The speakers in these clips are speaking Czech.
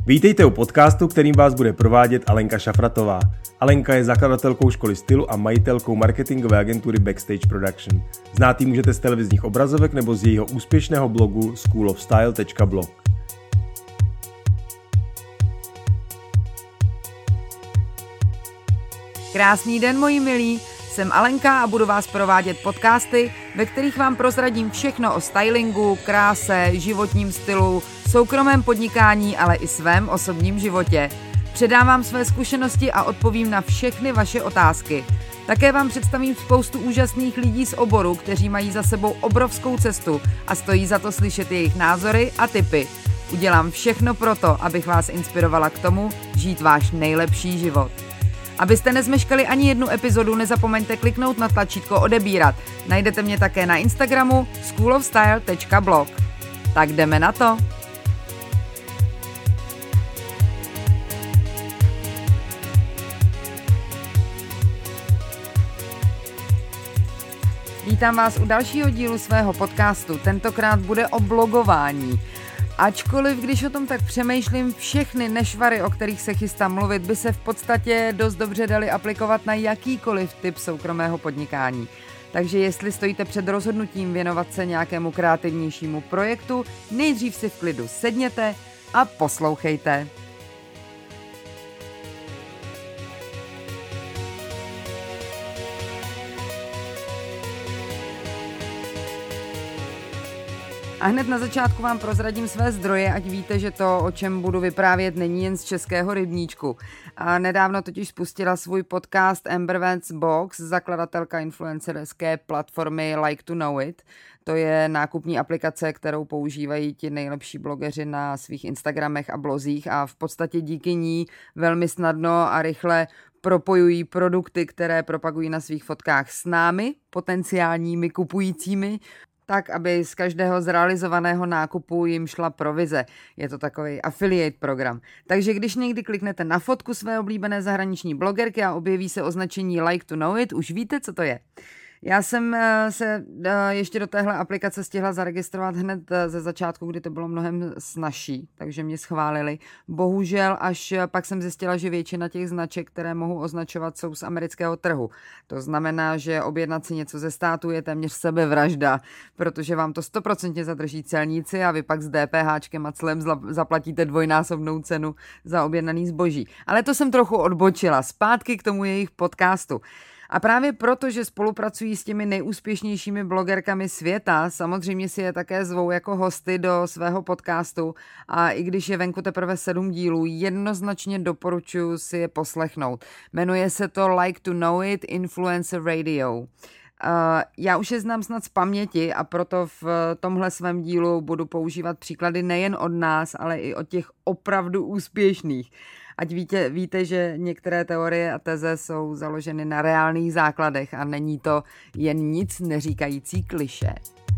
Vítejte u podcastu, kterým vás bude provádět Alenka Šafratová. Alenka je zakladatelkou školy stylu a majitelkou marketingové agentury Backstage Production. Znát ji můžete z televizních obrazovek nebo z jejího úspěšného blogu schoolofstyle.blog. Krásný den, moji milí, jsem Alenka a budu vás provádět podcasty, ve kterých vám prozradím všechno o stylingu, kráse, životním stylu, soukromém podnikání, ale i svém osobním životě. Předávám své zkušenosti a odpovím na všechny vaše otázky. Také vám představím spoustu úžasných lidí z oboru, kteří mají za sebou obrovskou cestu a stojí za to slyšet jejich názory a tipy. Udělám všechno proto, abych vás inspirovala k tomu, žít váš nejlepší život. Abyste nezmeškali ani jednu epizodu, nezapomeňte kliknout na tlačítko odebírat. Najdete mě také na Instagramu schoolofstyle.blog. Tak jdeme na to. Vítám vás u dalšího dílu svého podcastu. Tentokrát bude o blogování. Ačkoliv, když o tom tak přemýšlím, všechny nešvary, o kterých se chystám mluvit, by se v podstatě dost dobře daly aplikovat na jakýkoliv typ soukromého podnikání. Takže jestli stojíte před rozhodnutím věnovat se nějakému kreativnějšímu projektu, nejdřív si v klidu sedněte a poslouchejte. A hned na začátku vám prozradím své zdroje, ať víte, že to, o čem budu vyprávět, není jen z českého rybníčku. A nedávno totiž spustila svůj podcast Amber Vance Box, zakladatelka influencerské platformy Like to Know It. To je nákupní aplikace, kterou používají ti nejlepší blogeři na svých Instagramech a blozích a v podstatě díky ní velmi snadno a rychle propojují produkty, které propagují na svých fotkách s námi, potenciálními kupujícími, tak, aby z každého zrealizovaného nákupu jim šla provize. Je to takový affiliate program. Takže když někdy kliknete na fotku své oblíbené zahraniční blogerky a objeví se označení Like to Know It, už víte, co to je. Já jsem se ještě do téhle aplikace stihla zaregistrovat hned ze začátku, kdy to bylo mnohem snazší, takže mě schválili. Bohužel až pak jsem zjistila, že většina těch značek, které mohu označovat, jsou z amerického trhu. To znamená, že objednat si něco ze státu je téměř sebevražda, protože vám to 100% zadrží celníci a vy pak s DPHčkem a clem zaplatíte dvojnásobnou cenu za objednaný zboží. Ale to jsem trochu odbočila. Zpátky k tomu jejich podcastu. A právě proto, že spolupracují s těmi nejúspěšnějšími blogerkami světa, samozřejmě si je také zvou jako hosty do svého podcastu a i když je venku teprve 7 dílů, jednoznačně doporučuji si je poslechnout. Jmenuje se to Like to Know It Influencer Radio. Já už je znám snad z paměti a proto v tomhle svém dílu budu používat příklady nejen od nás, ale i od těch opravdu úspěšných. Ať víte, že některé teorie a teze jsou založeny na reálných základech a není to jen nic neříkající klišé.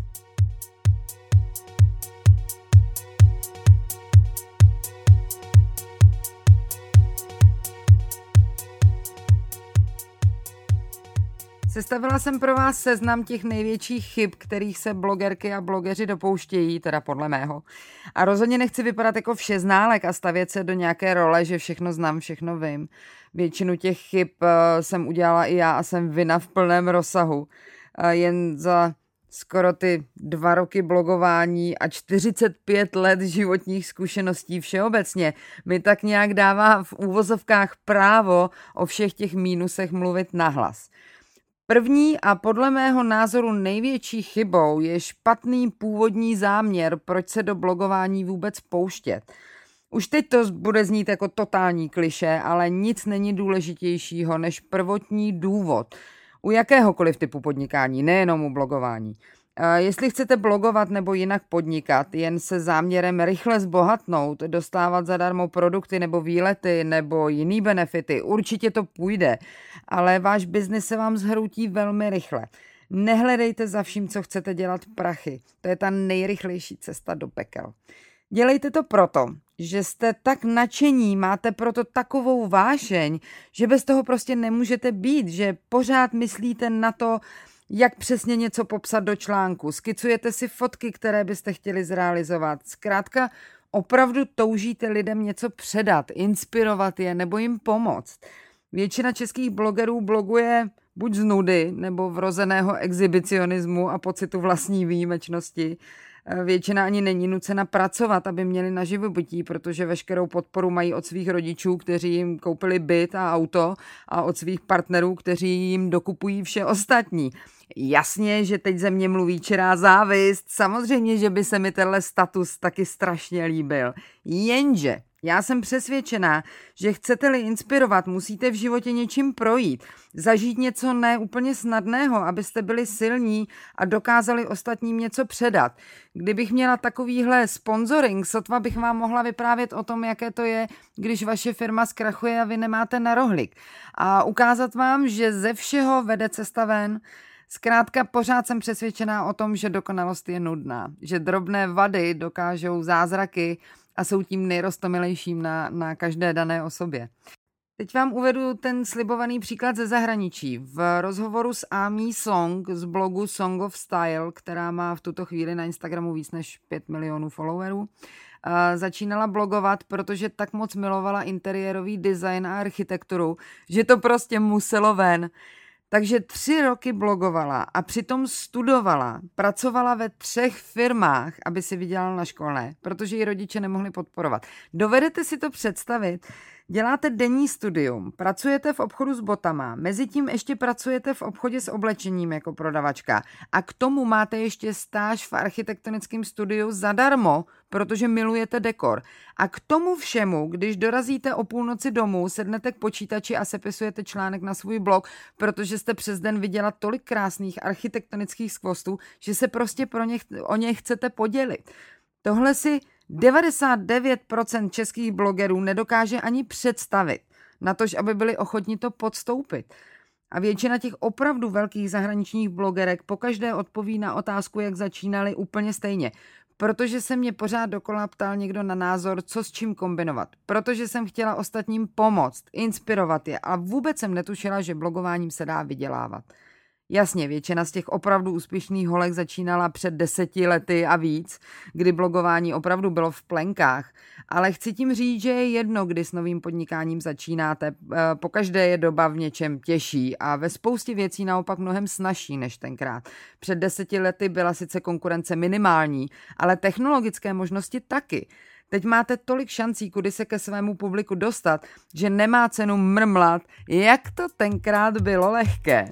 Sestavila jsem pro vás seznam těch největších chyb, kterých se blogerky a blogeři dopouštějí, teda podle mého. A rozhodně nechci vypadat jako všeználek a stavět se do nějaké role, že všechno znám, všechno vím. Většinu těch chyb jsem udělala i já a jsem vina v plném rozsahu. Jen za skoro ty 2 roky blogování a 45 let životních zkušeností všeobecně mi tak nějak dává v úvozovkách právo o všech těch mínusech mluvit nahlas. První a podle mého názoru největší chybou je špatný původní záměr, proč se do blogování vůbec pouštět. Už teď to bude znít jako totální klišé, ale nic není důležitějšího než prvotní důvod u jakéhokoliv typu podnikání, nejenom u blogování. Jestli chcete blogovat nebo jinak podnikat, jen se záměrem rychle zbohatnout, dostávat zadarmo produkty nebo výlety nebo jiný benefity, určitě to půjde, ale váš biznis se vám zhroutí velmi rychle. Nehledejte za vším, co chcete dělat prachy. To je ta nejrychlejší cesta do pekel. Dělejte to proto, že jste tak nadšení, máte proto takovou vášeň, že bez toho prostě nemůžete být, že pořád myslíte na to, jak přesně něco popsat do článku. Skicujete si fotky, které byste chtěli zrealizovat. Zkrátka opravdu toužíte lidem něco předat, inspirovat je nebo jim pomoct. Většina českých blogerů bloguje buď z nudy nebo vrozeného exhibicionismu a pocitu vlastní výjimečnosti. Většina ani není nucena pracovat, aby měli na živobytí, protože veškerou podporu mají od svých rodičů, kteří jim koupili byt a auto, a od svých partnerů, kteří jim dokupují vše ostatní. Jasně, že teď ze mě mluví čirá závist, samozřejmě, že by se mi tenhle status taky strašně líbil. Jenže já jsem přesvědčená, že chcete-li inspirovat, musíte v životě něčím projít, zažít něco neúplně snadného, abyste byli silní a dokázali ostatním něco předat. Kdybych měla takovýhle sponsoring, sotva bych vám mohla vyprávět o tom, jaké to je, když vaše firma zkrachuje a vy nemáte na rohlík. A ukázat vám, že ze všeho vede cesta ven. Zkrátka pořád jsem přesvědčená o tom, že dokonalost je nudná, že drobné vady dokážou zázraky a jsou tím nejrostomilejším na každé dané osobě. Teď vám uvedu ten slibovaný příklad ze zahraničí. V rozhovoru s Amy Song z blogu Song of Style, která má v tuto chvíli na Instagramu víc než 5 milionů followerů, začínala blogovat, protože tak moc milovala interiérový design a architekturu, že to prostě muselo ven. Takže 3 roky blogovala a přitom studovala, pracovala ve 3 firmách, aby si vydělala na školné, protože ji rodiče nemohli podporovat. Dovedete si to představit? Děláte denní studium, pracujete v obchodu s botama, mezitím ještě pracujete v obchodě s oblečením jako prodavačka a k tomu máte ještě stáž v architektonickém studiu zadarmo, protože milujete dekor. A k tomu všemu, když dorazíte o půlnoci domů, sednete k počítači a sepisujete článek na svůj blog, protože jste přes den viděla tolik krásných architektonických skvostů, že se prostě o ně chcete podělit. Tohle si 99% českých blogerů nedokáže ani představit, natož aby byli ochotni to podstoupit. A většina těch opravdu velkých zahraničních blogerek pokaždé odpoví na otázku, jak začínali, úplně stejně. Protože se mě pořád dokola ptal někdo na názor, co s čím kombinovat. Protože jsem chtěla ostatním pomoct, inspirovat je a vůbec jsem netušila, že blogováním se dá vydělávat. Jasně, většina z těch opravdu úspěšných holek začínala před 10 lety a víc, kdy blogování opravdu bylo v plenkách, ale chci tím říct, že je jedno, kdy s novým podnikáním začínáte, pokaždé je doba v něčem těžší a ve spoustě věcí naopak mnohem snazší než tenkrát. Před 10 lety byla sice konkurence minimální, ale technologické možnosti taky. Teď máte tolik šancí, kudy se ke svému publiku dostat, že nemá cenu mrmlat, jak to tenkrát bylo lehké.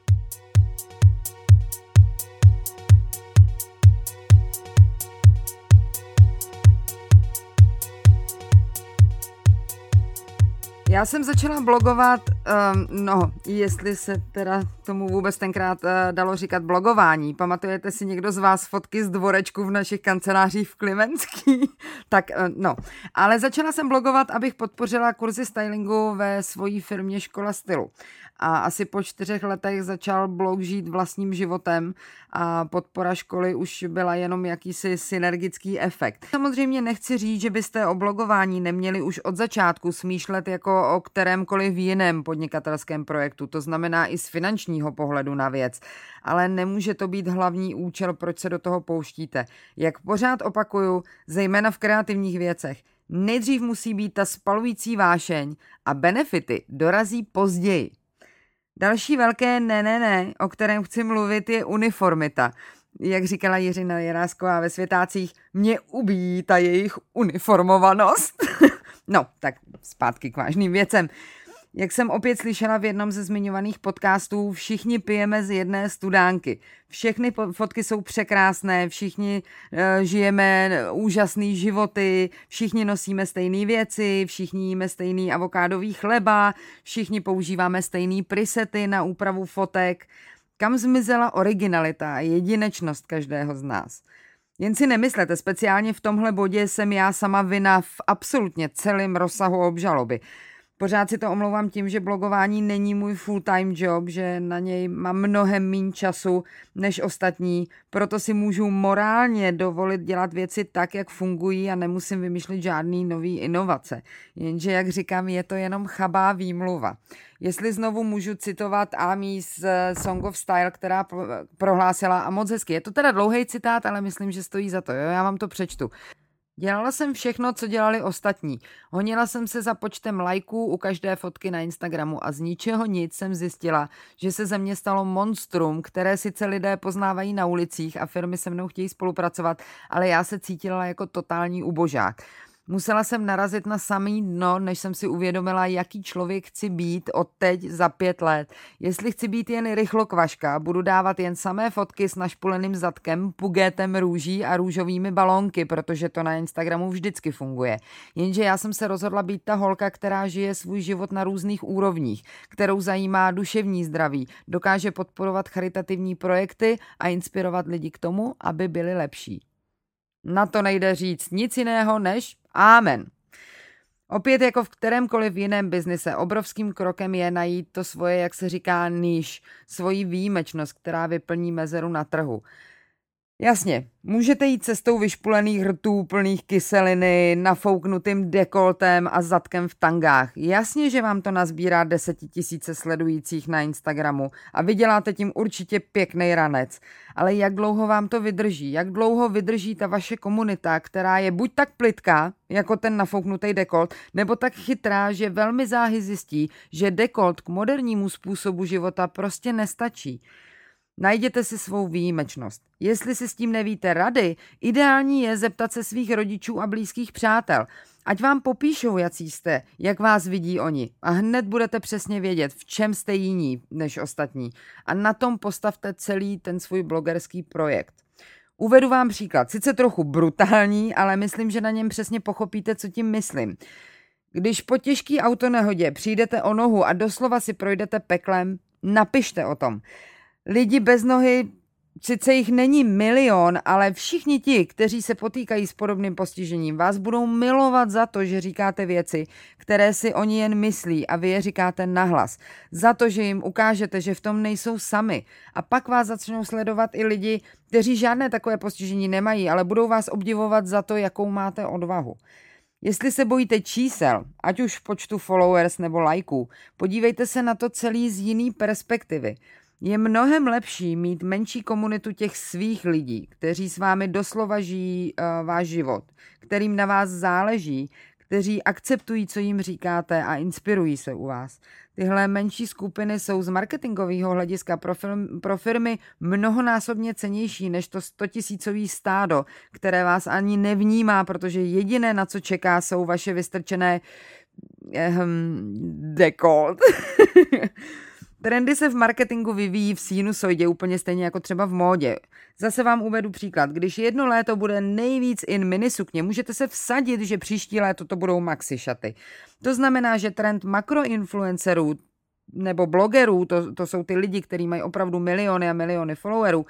Já jsem začala blogovat, jestli se teda tomu vůbec tenkrát dalo říkat blogování. Pamatujete si někdo z vás fotky z dvorečku v našich kancelářích v Klimenský? Tak ale začala jsem blogovat, abych podpořila kurzy stylingu ve svojí firmě Škola stylu. A asi po 4 letech začal blog žít vlastním životem a podpora školy už byla jenom jakýsi synergický efekt. Samozřejmě nechci říct, že byste o blogování neměli už od začátku smýšlet jako o kterémkoliv jiném podnikatelském projektu, to znamená i z finančního pohledu na věc, ale nemůže to být hlavní účel, proč se do toho pouštíte. Jak pořád opakuju, zejména v kreativních věcech, nejdřív musí být ta spalující vášeň a benefity dorazí později. Další velké ne, o kterém chci mluvit, je uniformita. Jak říkala Jiřina Jirásková ve Světácích, mě ubíjí ta jejich uniformovanost. No, tak zpátky k vážným věcem. Jak jsem opět slyšela v jednom ze zmiňovaných podcastů, všichni pijeme z jedné studánky. Všechny fotky jsou překrásné, všichni žijeme úžasný životy, všichni nosíme stejné věci, všichni jíme stejný avokádový chleba, všichni používáme stejný presety na úpravu fotek. Kam zmizela originalita a jedinečnost každého z nás? Jen si nemyslete, speciálně v tomhle bodě jsem já sama vina v absolutně celém rozsahu obžaloby. Pořád si to omlouvám tím, že blogování není můj full-time job, že na něj mám mnohem méně času než ostatní, proto si můžu morálně dovolit dělat věci tak, jak fungují a nemusím vymýšlet žádný nový inovace. Jenže, jak říkám, je to jenom chabá výmluva. Jestli znovu můžu citovat Amy z Song of Style, která prohlásila, a moc hezky, je to teda dlouhý citát, ale myslím, že stojí za to, jo? Já vám to přečtu. Dělala jsem všechno, co dělali ostatní. Honila jsem se za počtem lajků u každé fotky na Instagramu a z ničeho nic jsem zjistila, že se ze mě stalo monstrum, které sice lidé poznávají na ulicích a firmy se mnou chtějí spolupracovat, ale já se cítila jako totální ubožák. Musela jsem narazit na samý dno, než jsem si uvědomila, jaký člověk chci být od teď za 5 let. Jestli chci být jen rychlokvaška, budu dávat jen samé fotky s našpuleným zadkem, pugétem růží a růžovými balónky, protože to na Instagramu vždycky funguje. Jenže já jsem se rozhodla být ta holka, která žije svůj život na různých úrovních, kterou zajímá duševní zdraví, dokáže podporovat charitativní projekty a inspirovat lidi k tomu, aby byli lepší. Na to nejde říct nic jiného než amen. Opět jako v kterémkoliv jiném biznise obrovským krokem je najít to svoje, jak se říká, níž, svoji výjimečnost, která vyplní mezeru na trhu. Jasně, můžete jít cestou vyšpulených rtů, plných kyseliny, nafouknutým dekoltem a zadkem v tangách. Jasně, že vám to nazbírá 10 000 sledujících na Instagramu a vyděláte tím určitě pěkný ranec. Ale jak dlouho vám to vydrží? Jak dlouho vydrží ta vaše komunita, která je buď tak plytká, jako ten nafouknutý dekolt, nebo tak chytrá, že velmi záhy zjistí, že dekolt k modernímu způsobu života prostě nestačí. Najděte si svou výjimečnost. Jestli si s tím nevíte rady, ideální je zeptat se svých rodičů a blízkých přátel. Ať vám popíšou, jací jste, jak vás vidí oni. A hned budete přesně vědět, v čem jste jiní než ostatní. A na tom postavte celý ten svůj blogerský projekt. Uvedu vám příklad, sice trochu brutální, ale myslím, že na něm přesně pochopíte, co tím myslím. Když po těžký autonehodě přijdete o nohu a doslova si projdete peklem, napište o tom. Lidi bez nohy, sice jich není milion, ale všichni ti, kteří se potýkají s podobným postižením, vás budou milovat za to, že říkáte věci, které si oni jen myslí a vy je říkáte nahlas. Za to, že jim ukážete, že v tom nejsou sami. A pak vás začnou sledovat i lidi, kteří žádné takové postižení nemají, ale budou vás obdivovat za to, jakou máte odvahu. Jestli se bojíte čísel, ať už v počtu followers nebo lajků, podívejte se na to celý z jiný perspektivy. Je mnohem lepší mít menší komunitu těch svých lidí, kteří s vámi doslova žijí váš život, kterým na vás záleží, kteří akceptují, co jim říkáte a inspirují se u vás. Tyhle menší skupiny jsou z marketingového hlediska pro firmy mnohonásobně cennější než to 100 000 stádo, které vás ani nevnímá, protože jediné, na co čeká, jsou vaše vystrčené dekolt. Trendy se v marketingu vyvíjí v sinusoidě úplně stejně jako třeba v módě. Zase vám uvedu příklad. Když jedno léto bude nejvíc in minisukně, můžete se vsadit, že příští léto to budou maxi šaty. To znamená, že trend makroinfluencerů nebo blogerů, to jsou ty lidi, kteří mají opravdu miliony a miliony followerů,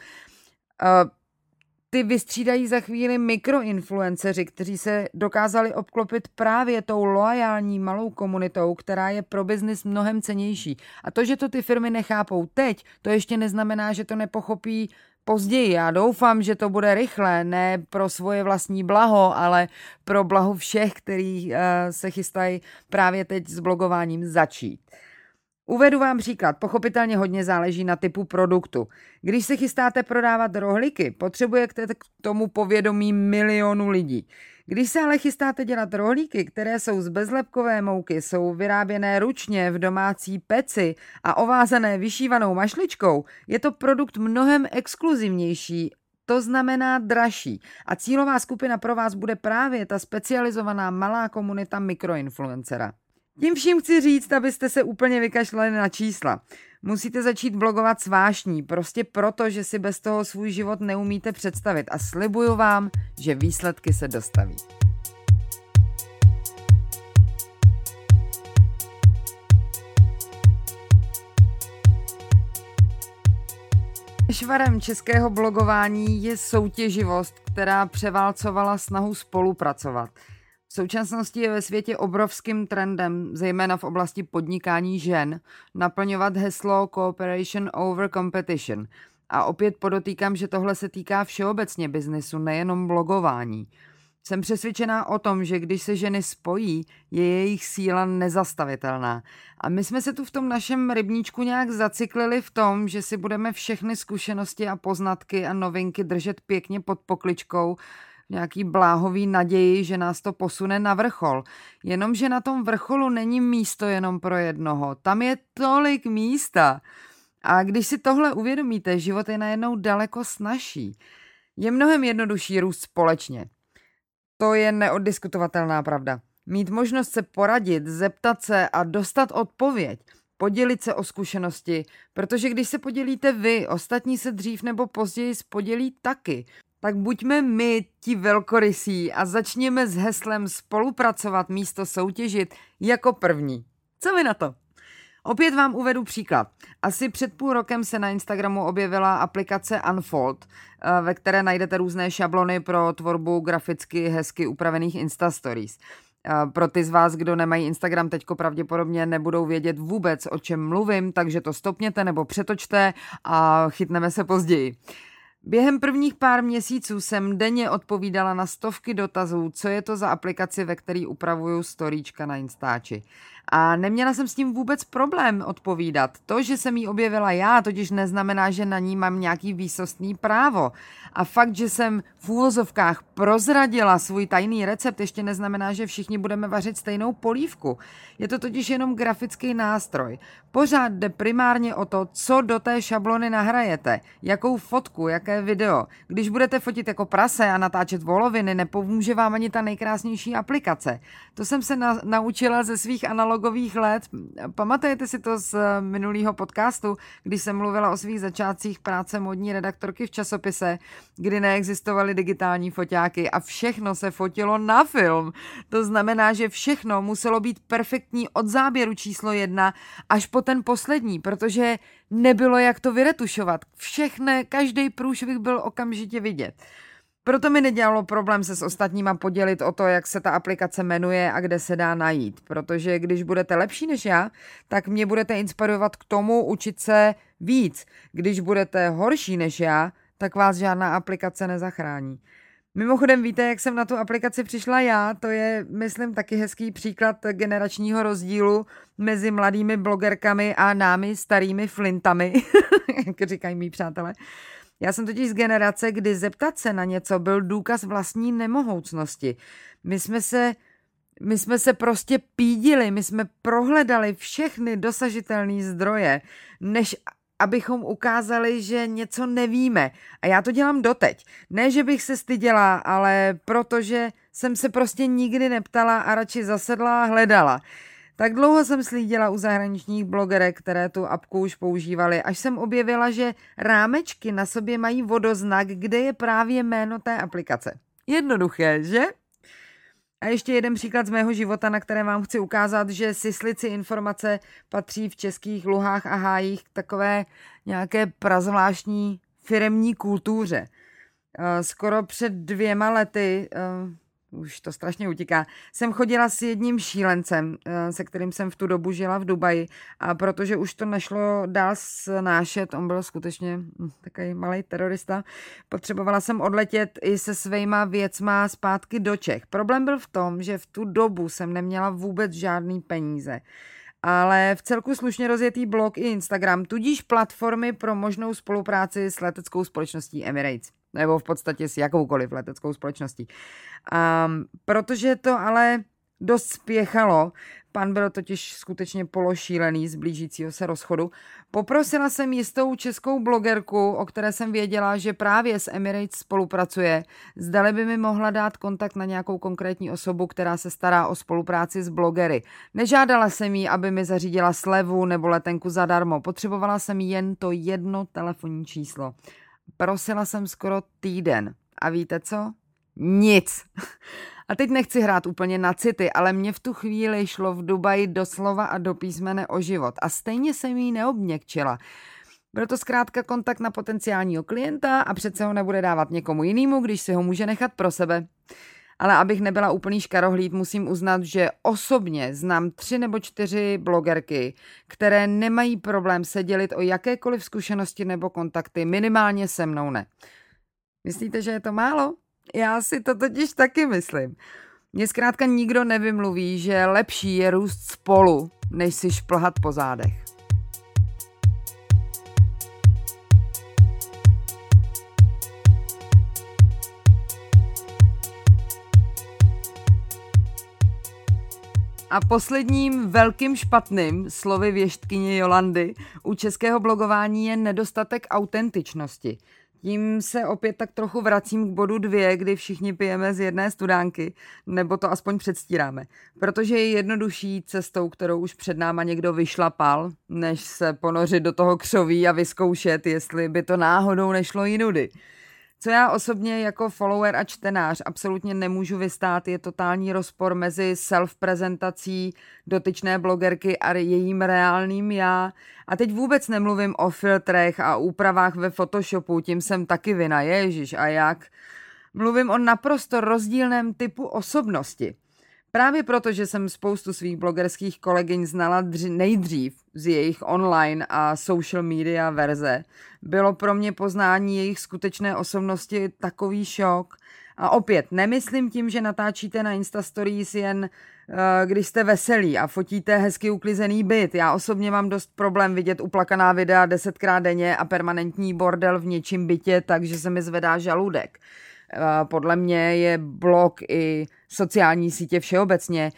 ty vystřídají za chvíli mikroinfluenceři, kteří se dokázali obklopit právě tou loajální malou komunitou, která je pro biznis mnohem cennější. A to, že to ty firmy nechápou teď, to ještě neznamená, že to nepochopí později. Já doufám, že to bude rychle, ne pro svoje vlastní blaho, ale pro blaho všech, kteří se chystají právě teď s blogováním začít. Uvedu vám příklad. Pochopitelně hodně záleží na typu produktu. Když se chystáte prodávat rohlíky, potřebujete k tomu povědomí milionů lidí. Když se ale chystáte dělat rohlíky, které jsou z bezlepkové mouky, jsou vyráběné ručně v domácí peci a ovázané vyšívanou mašličkou, je to produkt mnohem exkluzivnější, to znamená dražší. A cílová skupina pro vás bude právě ta specializovaná malá komunita mikroinfluencera. Tím vším chci říct, abyste se úplně vykašlali na čísla. Musíte začít blogovat s vášní, prostě proto, že si bez toho svůj život neumíte představit a slibuju vám, že výsledky se dostaví. Švarem českého blogování je soutěživost, která převálcovala snahu spolupracovat. V současnosti je ve světě obrovským trendem, zejména v oblasti podnikání žen, naplňovat heslo Cooperation over Competition. A opět podotýkám, že tohle se týká všeobecně biznesu, nejenom blogování. Jsem přesvědčená o tom, že když se ženy spojí, je jejich síla nezastavitelná. A my jsme se tu v tom našem rybníčku nějak zaciklili v tom, že si budeme všechny zkušenosti a poznatky a novinky držet pěkně pod pokličkou, nějaký bláhový naději, že nás to posune na vrchol. Jenomže na tom vrcholu není místo jenom pro jednoho. Tam je tolik místa. A když si tohle uvědomíte, život je najednou daleko snazší. Je mnohem jednodušší růst společně. To je neoddiskutovatelná pravda. Mít možnost se poradit, zeptat se a dostat odpověď. Podělit se o zkušenosti, protože když se podělíte vy, ostatní se dřív nebo později podělí taky. Tak buďme my ti velkorysí a začněme s heslem spolupracovat místo soutěžit jako první. Co vy na to? Opět vám uvedu příklad. Asi před půl rokem se na Instagramu objevila aplikace Unfold, ve které najdete různé šablony pro tvorbu graficky hezky upravených Instastories. Pro ty z vás, kdo nemají Instagram, teďko pravděpodobně nebudou vědět vůbec, o čem mluvím, takže to stopněte nebo přetočte a chytneme se později. Během prvních pár měsíců jsem denně odpovídala na stovky dotazů, co je to za aplikaci, ve který upravuju storíčka na Instači. A neměla jsem s tím vůbec problém odpovídat. To, že jsem jí objevila já, totiž neznamená, že na ní mám nějaký výsostný právo. A fakt, že jsem v úvozovkách prozradila svůj tajný recept, ještě neznamená, že všichni budeme vařit stejnou polívku. Je to totiž jenom grafický nástroj. Pořád jde primárně o to, co do té šablony nahrajete, jakou fotku, jaké video. Když budete fotit jako prase a natáčet voloviny, nepomůže vám ani ta nejkrásnější aplikace. To jsem se naučila ze svých analogových let. Pamatujete si to z minulého podcastu, když jsem mluvila o svých začátcích práce modní redaktorky v časopise, kdy neexistovaly digitální foťáky a všechno se fotilo na film. To znamená, že všechno muselo být perfektní od záběru číslo 1 až po ten poslední, protože nebylo jak to vyretušovat. Každý průšvih byl okamžitě vidět. Proto mi nedělalo problém se s ostatníma podělit o to, jak se ta aplikace jmenuje a kde se dá najít. Protože když budete lepší než já, tak mě budete inspirovat k tomu učit se víc. Když budete horší než já, tak vás žádná aplikace nezachrání. Mimochodem víte, jak jsem na tu aplikaci přišla já? To je, myslím, taky hezký příklad generačního rozdílu mezi mladými blogerkami a námi starými flintami, jak říkají mý přátelé. Já jsem totiž z generace, kdy zeptat se na něco byl důkaz vlastní nemohoucnosti. My jsme se prostě pídili, my jsme prohledali všechny dosažitelné zdroje, než abychom ukázali, že něco nevíme. A já to dělám doteď. Ne, že bych se styděla, ale protože jsem se prostě nikdy neptala a radši zasedla a hledala. Tak dlouho jsem slídila u zahraničních blogerek, které tu apku už používali, až jsem objevila, že rámečky na sobě mají vodoznak, kde je právě jméno té aplikace. Jednoduché, že? A ještě jeden příklad z mého života, na kterém vám chci ukázat, že syslici informace patří v českých luhách a hájích k takové nějaké prazvláštní firemní kultuře. Skoro před 2 lety, už to strašně utíká, jsem chodila s jedním šílencem, se kterým jsem v tu dobu žila v Dubaji, a protože už to nešlo dál snášet, on byl skutečně takový malej terorista, potřebovala jsem odletět i se svýma věcma zpátky do Čech. Problém byl v tom, že v tu dobu jsem neměla vůbec žádný peníze, ale v celku slušně rozjetý blog i Instagram, tudíž platformy pro možnou spolupráci s leteckou společností Emirates. Nebo v podstatě s jakoukoliv leteckou společností. Protože to ale dost spěchalo, pan byl totiž skutečně pološílený z blížícího se rozchodu, poprosila jsem jistou českou blogerku, o které jsem věděla, že právě s Emirates spolupracuje, zdali by mi mohla dát kontakt na nějakou konkrétní osobu, která se stará o spolupráci s blogery. Nežádala jsem jí, aby mi zařídila slevu nebo letenku zadarmo, potřebovala jsem jen to jedno telefonní číslo. Prosila jsem skoro týden. A víte co? Nic. A teď nechci hrát úplně na city, ale mě v tu chvíli šlo v Dubaji doslova a do písmene o život. A stejně jsem jí neobměkčila. Byl to zkrátka kontakt na potenciálního klienta a přece ho nebude dávat někomu jinému, když si ho může nechat pro sebe. Ale abych nebyla úplný škarohlíd, musím uznat, že osobně znám 3 nebo 4 blogerky, které nemají problém se dělit o jakékoliv zkušenosti nebo kontakty, minimálně se mnou ne. Myslíte, že je to málo? Já si to totiž taky myslím. Mně zkrátka nikdo nevymluví, že lepší je růst spolu, než si šplhat po zádech. A posledním velkým špatným, slovy věštkyně Jolandy, u českého blogování je nedostatek autentičnosti. Tím se opět tak trochu vracím k bodu 2, kdy všichni pijeme z jedné studánky, nebo to aspoň předstíráme. Protože je jednodušší cestou, kterou už před náma někdo vyšlapal, než se ponořit do toho křoví a vyzkoušet, jestli by to náhodou nešlo jinudy. Co já osobně jako follower a čtenář absolutně nemůžu vystát, je totální rozpor mezi self-prezentací dotyčné blogerky a jejím reálným já. A teď vůbec nemluvím o filtrech a úpravách ve Photoshopu, tím jsem taky vina, ježiš a jak. Mluvím o naprosto rozdílném typu osobnosti. Právě proto, že jsem spoustu svých blogerských kolegyň znala nejdřív z jejich online a social media verze, bylo pro mě poznání jejich skutečné osobnosti takový šok. A opět, nemyslím tím, že natáčíte na Insta Stories jen když jste veselí a fotíte hezky uklizený byt. Já osobně mám dost problém vidět uplakaná videa 10krát denně a permanentní bordel v něčím bytě, takže se mi zvedá žaludek. Podle mě je blog i sociální sítě všeobecně,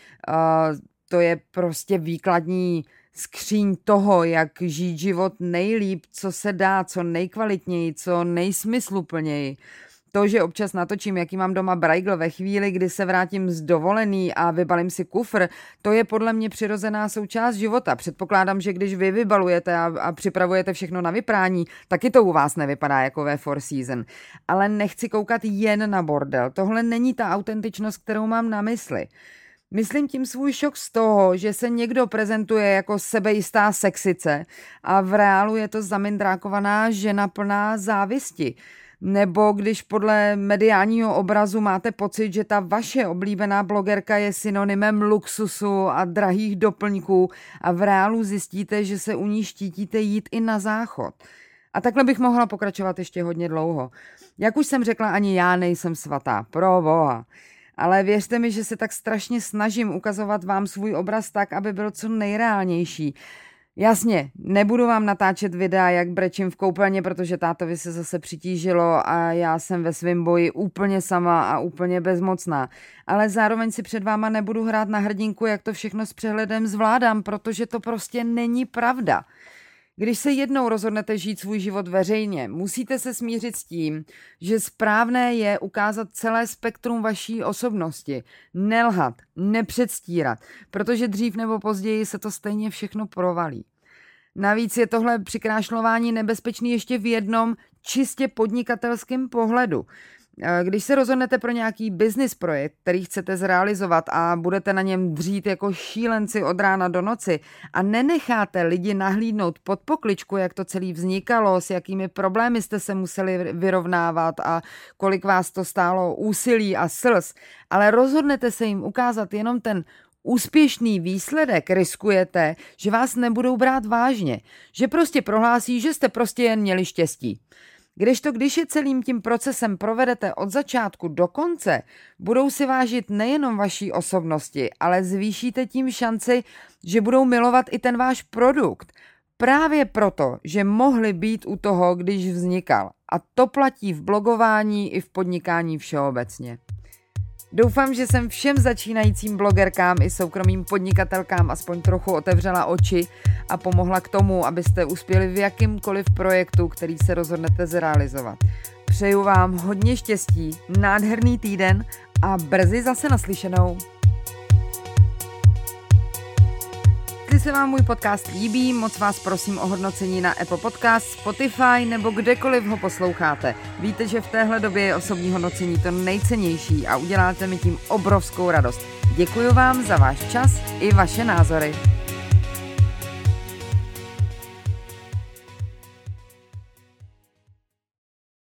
to je prostě výkladní skříň toho, jak žít život nejlíp, co se dá, co nejkvalitněji, co nejsmysluplněji. To, že občas natočím, jaký mám doma brajgl ve chvíli, kdy se vrátím z dovolený a vybalím si kufr, to je podle mě přirozená součást života. Předpokládám, že když vy vybalujete a připravujete všechno na vyprání, taky to u vás nevypadá jako ve Four Seasons. Ale nechci koukat jen na bordel. Tohle není ta autentičnost, kterou mám na mysli. Myslím tím svůj šok z toho, že se někdo prezentuje jako sebejistá sexice a v reálu je to zamindrákovaná žena plná závisti. Nebo když podle mediálního obrazu máte pocit, že ta vaše oblíbená blogerka je synonymem luxusu a drahých doplňků a v reálu zjistíte, že se u ní štítíte jít i na záchod. A takhle bych mohla pokračovat ještě hodně dlouho. Jak už jsem řekla, ani já nejsem svatá, pro boha. Ale věřte mi, že se tak strašně snažím ukazovat vám svůj obraz tak, aby byl co nejreálnější. Jasně, nebudu vám natáčet videa, jak brečím v koupelně, protože tátovi se zase přitížilo a já jsem ve svém boji úplně sama a úplně bezmocná. Ale zároveň si před váma nebudu hrát na hrdinku, jak to všechno s přehledem zvládám, protože to prostě není pravda. Když se jednou rozhodnete žít svůj život veřejně, musíte se smířit s tím, že správné je ukázat celé spektrum vaší osobnosti, nelhat, nepředstírat, protože dřív nebo později se to stejně všechno provalí. Navíc je tohle přikrášlování nebezpečný ještě v jednom čistě podnikatelském pohledu. Když se rozhodnete pro nějaký business projekt, který chcete zrealizovat a budete na něm dřít jako šílenci od rána do noci a nenecháte lidi nahlídnout pod pokličku, jak to celé vznikalo, s jakými problémy jste se museli vyrovnávat a kolik vás to stálo úsilí a slz, ale rozhodnete se jim ukázat jenom ten úspěšný výsledek, riskujete, že vás nebudou brát vážně, že prostě prohlásí, že jste prostě jen měli štěstí. Kdežto když je celým tím procesem provedete od začátku do konce, budou si vážit nejenom vaší osobnosti, ale zvýšíte tím šanci, že budou milovat i ten váš produkt. Právě proto, že mohli být u toho, když vznikal. A to platí v blogování i v podnikání všeobecně. Doufám, že jsem všem začínajícím blogerkám i soukromým podnikatelkám aspoň trochu otevřela oči a pomohla k tomu, abyste uspěli v jakýmkoliv projektu, který se rozhodnete zrealizovat. Přeju vám hodně štěstí, nádherný týden a brzy zase naslyšenou. Jestli se vám můj podcast líbí, moc vás prosím o hodnocení na Apple Podcast, Spotify nebo kdekoliv ho posloucháte. Víte, že v téhle době je osobní hodnocení to nejcennější a uděláte mi tím obrovskou radost. Děkuji vám za váš čas i vaše názory.